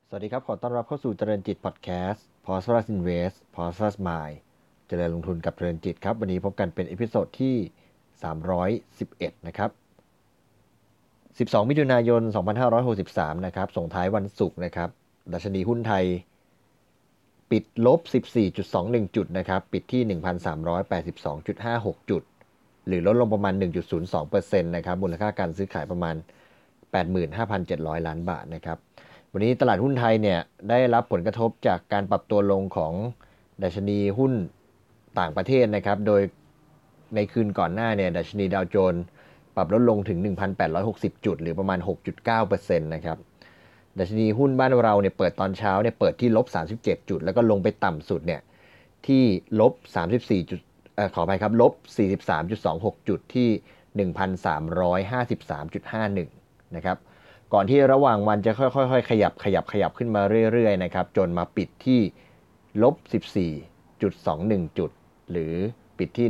สวัสดีครับขอต้อนรับเข้าสู่เจริญจิตพอดแคสต์ Prosperous Invest Prosperous Mind เจริญลงทุนกับเจริญจิตครับวันนี้พบกันเป็นเอพิโซดที่311นะครับ12มิถุนายน2563นะครับส่งท้ายวันศุกร์นะครับดัชนีหุ้นไทยปิดลบ 14.21 จุดนะครับปิดที่ 1,382.56 จุดหรือลดลงประมาณ 1.02% นะครับมูลค่าการซื้อขายประมาณ 85,700 ล้านบาทนะครับวันนี้ตลาดหุ้นไทยเนี่ยได้รับผลกระทบจากการปรับตัวลงของดัชนีหุ้นต่างประเทศนะครับโดยในคืนก่อนหน้าเนี่ยดัชนีดาวโจนส์ปรับลดลงถึง 1,860 จุดหรือประมาณ 6.9% นะครับดัชนีหุ้นบ้านเราเนี่ยเปิดตอนเช้าเนี่ยเปิดที่ลบ37จุดแล้วก็ลงไปต่ำสุดเนี่ยที่ลบ34จุดขออภัยครับลบ43.26 จุดที่ 1,353.51 นะครับก่อนที่ระหว่างวันจะค่อยๆขยับขึ้นมาเรื่อยๆนะครับจนมาปิดที่ลบ14.21 จุดหรือปิดที่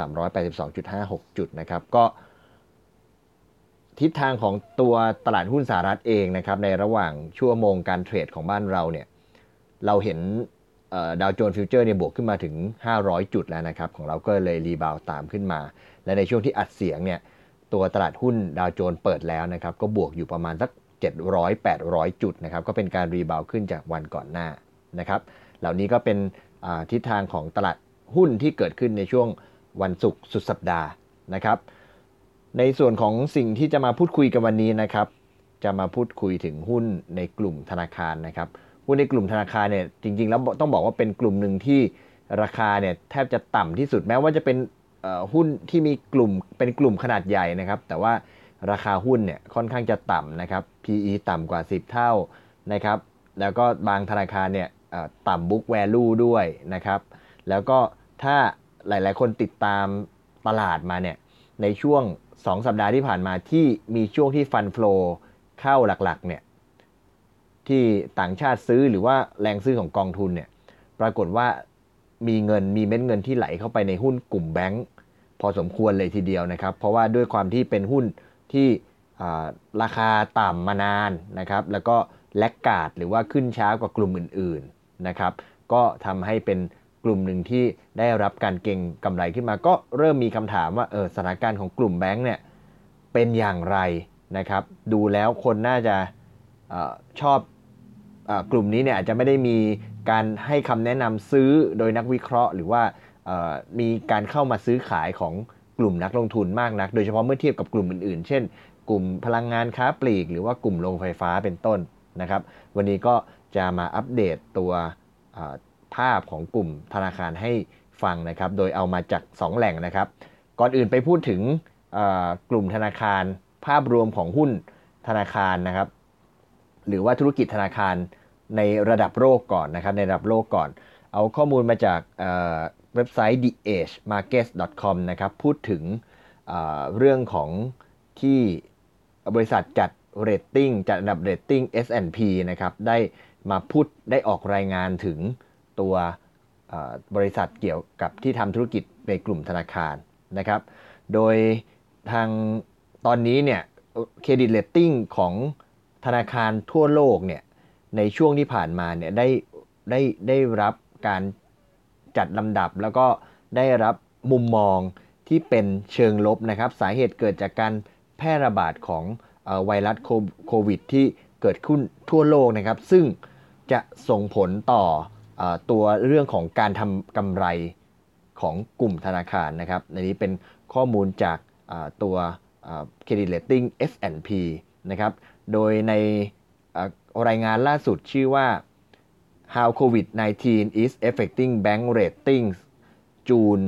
1,382.56 จุดนะครับก็ทิศทางของตัวตลาดหุ้นสหรัฐเองนะครับในระหว่างชั่วโมงการเทรดของบ้านเราเนี่ยเราเห็นดาวโจนส์ฟิวเจอร์เนี่ยบวกขึ้นมาถึง500จุดแล้วนะครับของเราก็เลยรีบาวตามขึ้นมาและในช่วงที่อัดเสียงเนี่ยตัวตลาดหุ้นดาวโจนส์เปิดแล้วนะครับก็บวกอยู่ประมาณสัก700-800 จุดนะครับก็เป็นการรีบาวขึ้นจากวันก่อนหน้านะครับเหล่านี้ก็เป็นทิศทางของตลาดหุ้นที่เกิดขึ้นในช่วงวันศุกร์สุดสัปดาห์นะครับในส่วนของสิ่งที่จะมาพูดคุยกันวันนี้นะครับจะมาพูดคุยถึงหุ้นในกลุ่มธนาคารนะครับหุ้นในกลุ่มธนาคารเนี่ยจริงๆแล้วต้องบอกว่าเป็นกลุ่มหนึ่งที่ราคาเนี่ยแทบจะต่ำที่สุดแม้ว่าจะเป็นหุ้นที่มีกลุ่มเป็นกลุ่มขนาดใหญ่นะครับแต่ว่าราคาหุ้นเนี่ยค่อนข้างจะต่ำนะครับ PE ต่ำกว่า10เท่านะครับแล้วก็บางธนาคารเนี่ยต่ำ book value ด้วยนะครับแล้วก็ถ้าหลายๆคนติดตามตลาดมาเนี่ยในช่วง2สัปดาห์ที่ผ่านมาที่มีช่วงที่ฟันโฟลเข้าหลักๆเนี่ยที่ต่างชาติซื้อหรือว่าแรงซื้อของกองทุนเนี่ยปรากฏว่ามีเม็ดเงินที่ไหลเข้าไปในหุ้นกลุ่มแบงก์พอสมควรเลยทีเดียวนะครับเพราะว่าด้วยความที่เป็นหุ้นที่ราคาต่ำมานานนะครับแล้วก็แลกการ์ดหรือว่าขึ้นช้ากว่ากลุ่มอื่นๆนะครับก็ทำให้เป็นกลุ่มหนึ่งที่ได้รับการเก็งกำไรขึ้นมาก็เริ่มมีคำถามว่าสถานการณ์ของกลุ่มแบงก์เนี่ยเป็นอย่างไรนะครับดูแล้วคนน่าจะชอบกลุ่มนี้เนี่ยอาจจะไม่ได้มีการให้คำแนะนำซื้อโดยนักวิเคราะห์หรือว่ามีการเข้ามาซื้อขายของกลุ่มนักลงทุนมากนักโดยเฉพาะเมื่อเทียบกับกลุ่มอื่นๆเช่นกลุ่มพลังงานค้าปลีกหรือว่ากลุ่มโรงไฟฟ้าเป็นต้นนะครับวันนี้ก็จะมาอัปเดตตัวภาพของกลุ่มธนาคารให้ฟังนะครับโดยเอามาจาก2แหล่งนะครับก่อนอื่นไปพูดถึงกลุ่มธนาคารภาพรวมของหุ้นธนาคารนะครับหรือว่าธุรกิจธนาคารในระดับโลกก่อนนะครับในระดับโลกก่อนเอาข้อมูลมาจากเว็บไซต์ theedgemarkets.com นะครับพูดถึงเรื่องของที่บริษัทจัดเรตติ้งจัดอันดับเรตติ้ง S&P นะครับได้ออกรายงานถึงตัวบริษัทเกี่ยวกับที่ทำธุรกิจในกลุ่มธนาคารนะครับโดยทางตอนนี้เนี่ยเครดิตเรตติ้งของธนาคารทั่วโลกเนี่ยในช่วงที่ผ่านมาเนี่ยได้รับการจัดลำดับแล้วก็ได้รับมุมมองที่เป็นเชิงลบนะครับสาเหตุเกิดจากการแพร่ระบาดของไวรัสโควิดที่เกิดขึ้นทั่วโลกนะครับซึ่งจะส่งผลต่อตัวเรื่องของการทำกำไรของกลุ่มธนาคารนะครับในนี้เป็นข้อมูลจากตัวเครดิตเรตติ้ง S&P นะครับโดยในรายงานล่าสุดชื่อว่า How COVID-19 is Affecting Bank Ratings June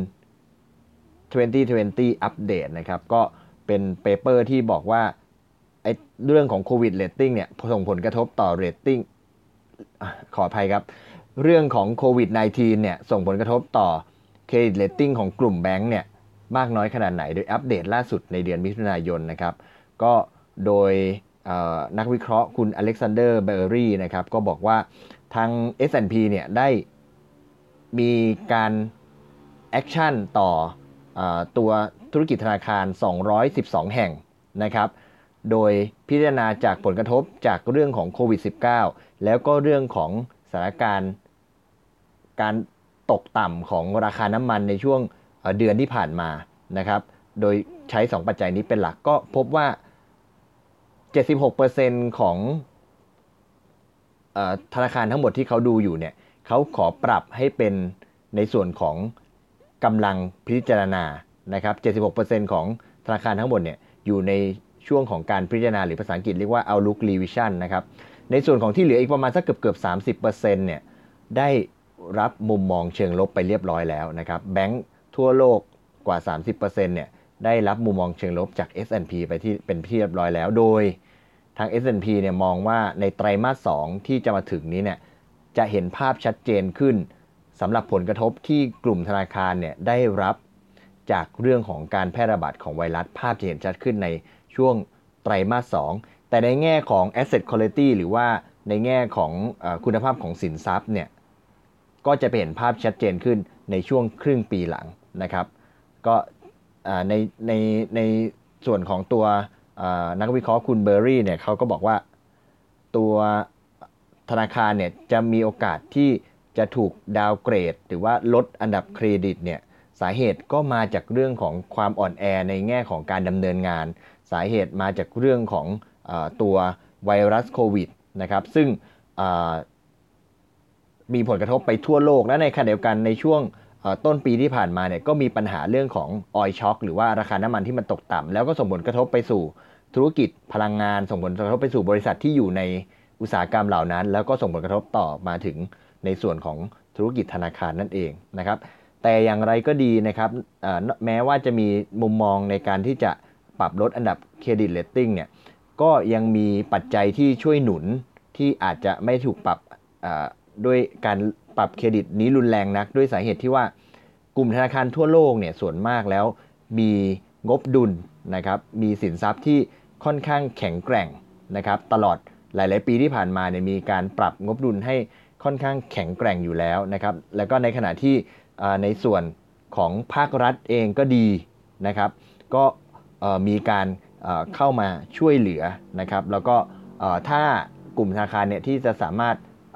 2020 Update นะครับก็เป็นเปเปอร์ที่บอกว่าเรื่องของโควิดเรตติ้งเนี่ยส่งผลกระทบต่อเรตติ้งขออภัยครับเรื่องของโควิด -19 เนี่ยส่งผลกระทบต่อเครดิตเรตติ้งของกลุ่มแบงก์เนี่ยมากน้อยขนาดไหนโดยอัปเดตล่าสุดในเดือนมิถุนายนนะครับก็โดยนักวิเคราะห์คุณอเล็กซานเดอร์เบอร์รี่นะครับก็บอกว่าทาง S&P เนี่ยได้มีการแอคชั่นต่อตัวธุรกิจธนาคาร212แห่งนะครับโดยพิจารณาจากผลกระทบจากเรื่องของโควิด -19 แล้วก็เรื่องของสถานการณ์การตกต่ำของราคาน้ำมันในช่วงเดือนที่ผ่านมานะครับโดยใช้ 2 ปัจจัยนี้เป็นหลักก็พบว่า 76% ของธนาคารทั้งหมดที่เขาดูอยู่เนี่ยเขาขอปรับให้เป็นในส่วนของกำลังพิจารณานะครับ 76% ของธนาคารทั้งหมดเนี่ยอยู่ในช่วงของการพิจารณาหรือภาษาอังกฤษเรียกว่า outlook revision นะครับในส่วนของที่เหลืออีกประมาณสักเกือบ 30% เนี่ยได้รับมุมมองเชิงลบไปเรียบร้อยแล้วนะครับแบงก์ทั่วโลกกว่า 30% เนี่ยได้รับมุมมองเชิงลบจาก S&P ไปที่เป็นที่เรียบร้อยแล้วโดยทาง S&P เนี่ยมองว่าในไตรมาส 2 ที่จะมาถึงนี้เนี่ยจะเห็นภาพชัดเจนขึ้นสำหรับผลกระทบที่กลุ่มธนาคารเนี่ยได้รับจากเรื่องของการแพร่ระบาดของไวรัสภาพจะเห็นชัดขึ้นในช่วงไตรมาส 2 แต่ในแง่ของ asset quality หรือว่าในแง่ของคุณภาพของสินทรัพย์เนี่ยก็จะเห็นภาพชัดเจนขึ้นในช่วงครึ่งปีหลังนะครับก็ในส่วนของตัวนักวิเคราะห์คุณเบอร์รี่เนี่ยเขาก็บอกว่าตัวธนาคารเนี่ยจะมีโอกาสที่จะถูกดาวเกรดหรือว่าลดอันดับเครดิตเนี่ยสาเหตุก็มาจากเรื่องของความอ่อนแอในแง่ของการดำเนินงานสาเหตุมาจากเรื่องของตัวไวรัสโควิดนะครับซึ่งมีผลกระทบไปทั่วโลกและในขณะเดียวกันในช่วงต้นปีที่ผ่านมาเนี่ยก็มีปัญหาเรื่องของออยล์ช็อคหรือว่าราคาน้ำมันที่มันตกต่ำแล้วก็ส่งผลกระทบไปสู่ธุรกิจพลังงานส่งผลกระทบไปสู่บริษัทที่อยู่ในอุตสาหกรรมเหล่านั้นแล้วก็ส่งผลกระทบต่อมาถึงในส่วนของธุรกิจธนาคารนั่นเองนะครับแต่อย่างไรก็ดีนะครับแม้ว่าจะมีมุมมองในการที่จะปรับลดอันดับเครดิตเรตติ้งเนี่ยก็ยังมีปัจจัยที่ช่วยหนุนที่อาจจะไม่ถูกปรับด้วยการปรับเครดิตนี้รุนแรงนักด้วยสาเหตุที่ว่ากลุ่มธนาคารทั่วโลกเนี่ยส่วนมากแล้วมีงบดุลนะครับมีสินทรัพย์ที่ค่อนข้างแข็งแกร่งนะครับตลอดหลายๆปีที่ผ่านมาเนี่ยมีการปรับงบดุลให้ค่อนข้างแข็งแกร่งอยู่แล้วนะครับแล้วก็ในขณะที่ในส่วนของภาครัฐเองก็ดีนะครับก็มีการเข้ามาช่วยเหลือนะครับแล้วก็ถ้ากลุ่มธนาคารเนี่ยที่จะสามารถ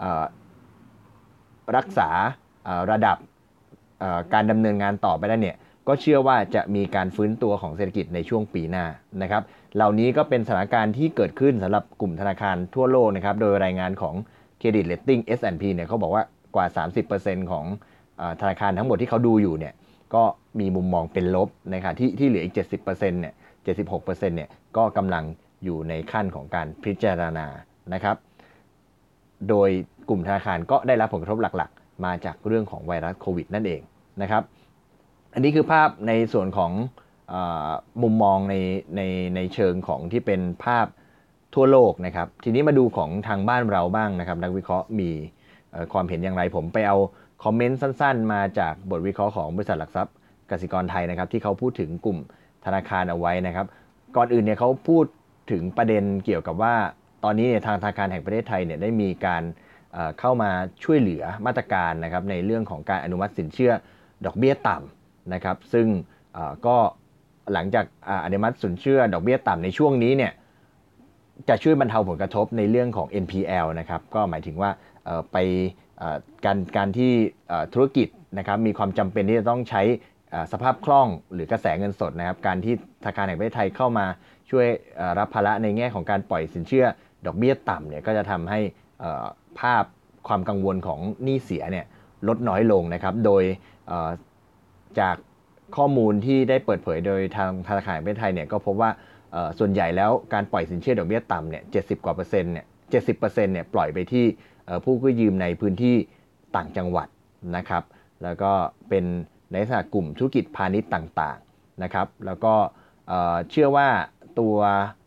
รักษาระดับการดำเนินงานต่อไปได้เนี่ยก็เชื่อว่าจะมีการฟื้นตัวของเศรษฐกิจในช่วงปีหน้านะครับเหล่านี้ก็เป็นสถานการณ์ที่เกิดขึ้นสำหรับกลุ่มธนาคารทั่วโลกนะครับโดยรายงานของเครดิตเรตติ้ง S&P เนี่ยเขาบอกว่ากว่า 30% ของธนาคารทั้งหมดที่เขาดูอยู่เนี่ยก็มีมุมมองเป็นลบนะครับที่เหลืออีก 70% เนี่ย 76% เนี่ยก็กำลังอยู่ในขั้นของการพิจารณานะครับโดยกลุ่มธนาคารก็ได้รับผลกระทบหลักๆมาจากเรื่องของไวรัสโควิดนั่นเองนะครับอันนี้คือภาพในส่วนของมุมมองในเชิงของที่เป็นภาพทั่วโลกนะครับทีนี้มาดูของทางบ้านเราบ้างนะครับนักวิเคราะห์มีความเห็นอย่างไรผมไปเอาคอมเมนต์สั้นๆมาจากบทวิเคราะห์ของบริษัทหลักทรัพย์กสิกรไทยนะครับที่เขาพูดถึงกลุ่มธนาคารเอาไว้นะครับก่อนอื่นเนี่ยเขาพูดถึงประเด็นเกี่ยวกับว่าตอนนี้เนี่ยทางธนาคารแห่งประเทศไทยเนี่ยได้มีการเข้ามาช่วยเหลือมาตรการนะครับในเรื่องของการอนุมัติสินเชื่อดอกเบี้ยต่ำนะครับซึ่งก็หลังจากอนุมัติสินเชื่อดอกเบี้ยต่ำในช่วงนี้เนี่ยจะช่วยบรรเทาผลกระทบในเรื่องของ NPL นะครับก็หมายถึงว่าไปการที่ธุรกิจนะครับมีความจำเป็นที่จะต้องใช้สภาพคล่องหรือกระแสเงินสดนะครับการที่ธนาคารแห่งประเทศไทยเข้ามาช่วยรับภาระในแง่ของการปล่อยสินเชื่อดอกเบี้ยต่ำเนี่ยก็จะทำให้ภาพความกังวลของหนี้เสียเนี่ยลดน้อยลงนะครับโดยจากข้อมูลที่ได้เปิดเผยโดยทางธนาคารแห่งประเทศไทยเนี่ยก็พบว่าส่วนใหญ่แล้วการปล่อยสินเชื่อดอกเบี้ยต่ำเนี่ย70 กว่าเปอร์เซ็นต์เนี่ย70%เนี่ยปล่อยไปที่ผู้กู้ยืมในพื้นที่ต่างจังหวัดนะครับแล้วก็เป็นในลักษณะกลุ่มธุรกิจพาณิชย์ต่างๆนะครับแล้วก็เชื่อว่าตัว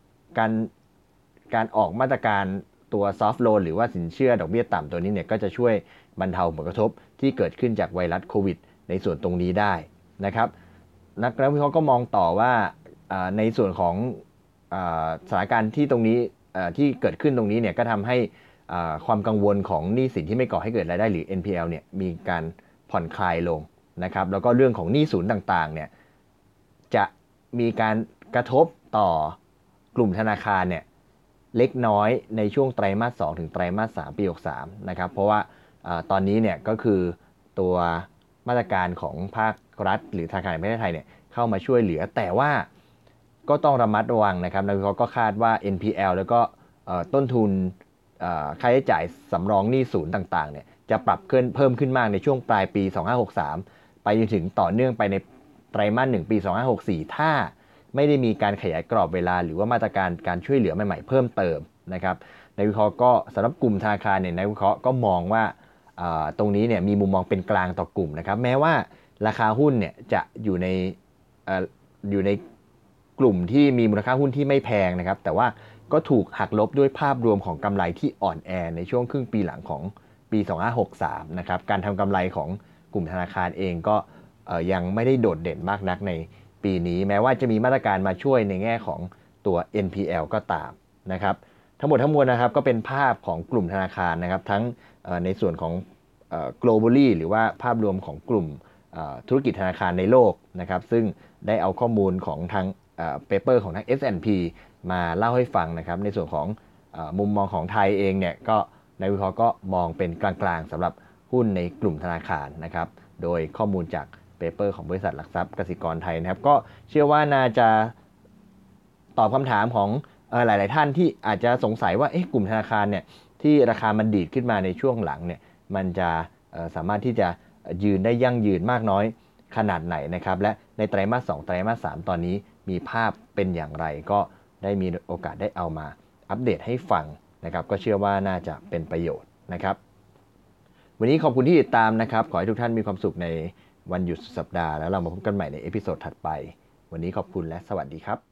การออกมาตรการตัว soft loan หรือว่าสินเชื่อดอกเบี้ยต่ำตัวนี้เนี่ยก็จะช่วยบรรเทาผลกระทบที่เกิดขึ้นจากไวรัสโควิดในส่วนตรงนี้ได้นะครับนักวิเคราะห์ก็มองต่อว่าในส่วนของสถานการณ์ที่ตรงนี้ที่เกิดขึ้นตรงนี้เนี่ยก็ทำให้ความกังวลของหนี้สินที่ไม่ก่อให้เกิดรายได้หรือ NPL เนี่ยมีการผ่อนคลายลงนะครับแล้วก็เรื่องของหนี้สินต่างๆเนี่ยจะมีการกระทบต่อกลุ่มธนาคารเนี่ยเล็กน้อยในช่วงไตรมาส2ถึงไตรมาส3ปี63นะครับเพราะว่าตอนนี้เนี่ยก็คือตัวมาตรการของภาครัฐหรือธนาคารแห่งประเทศไทยเนี่ยเข้ามาช่วยเหลือแต่ว่าก็ต้องระมัดระวังนะครับนักวิเคราะห์ก็คาดว่า NPL แล้วก็ต้นทุนค่าใช้จ่ายสำรองหนี้ศูนย์ต่างๆเนี่ยจะปรับขึ้นเพิ่มขึ้นมากในช่วงปลายปี 2563 ไปจนถึงต่อเนื่องไปในไตรมาส1ปี 2564 ถ้าไม่ได้มีการขยายกรอบเวลาหรือว่ามาตรการการช่วยเหลือใหม่ๆเพิ่มเติมนะครับนักวิเคราะห์ก็สำหรับกลุ่มธนาคารเนี่ยนักวิเคราะห์ก็มองว่าตรงนี้เนี่ยมีมุมมองเป็นกลางต่อกลุ่มนะครับแม้ว่าราคาหุ้นเนี่ยจะอยู่ในกลุ่มที่มีมูลค่าหุ้นที่ไม่แพงนะครับแต่ว่าก็ถูกหักลบด้วยภาพรวมของกำไรที่อ่อนแอในช่วงครึ่งปีหลังของปี 2563 นะครับการทำกำไรของกลุ่มธนาคารเองก็ยังไม่ได้โดดเด่นมากนักในปีนี้แม้ว่าจะมีมาตรการมาช่วยในแง่ของตัว NPL ก็ตามนะครับทั้งหมดทั้งมวลนะครับก็เป็นภาพของกลุ่มธนาคารนะครับทั้งในส่วนของglobally หรือว่าภาพรวมของกลุ่มธุรกิจธนาคารในโลกนะครับซึ่งได้เอาข้อมูลของทางเปเปอร์ของทาง S&P มาเล่าให้ฟังนะครับในส่วนของมุมมองของไทยเองเนี่ยก็นักวิเคราะห์ก็มองเป็นกลางๆสำหรับหุ้นในกลุ่มธนาคารนะครับโดยข้อมูลจากเปเปอร์ของบริษัทหลักทรัพย์กสิกรไทยนะครับก็เชื่อว่าน่าจะตอบคำถามของหลายๆท่านที่อาจจะสงสัยว่ากลุ่มธนาคารเนี่ยที่ราคามันดีดขึ้นมาในช่วงหลังเนี่ยมันจะสามารถที่จะยืนได้ยั่งยืนมากน้อยขนาดไหนนะครับและในไตรมาส2ไตรมาส3ตอนนี้มีภาพเป็นอย่างไรก็ได้มีโอกาสได้เอามาอัปเดตให้ฟังนะครับก็เชื่อว่าน่าจะเป็นประโยชน์นะครับวันนี้ขอบคุณที่ติดตามนะครับขอให้ทุกท่านมีความสุขในวันหยุดสุดสัปดาห์แล้วเรามาพบกันใหม่ในเอพิโซดถัดไปวันนี้ขอบคุณและสวัสดีครับ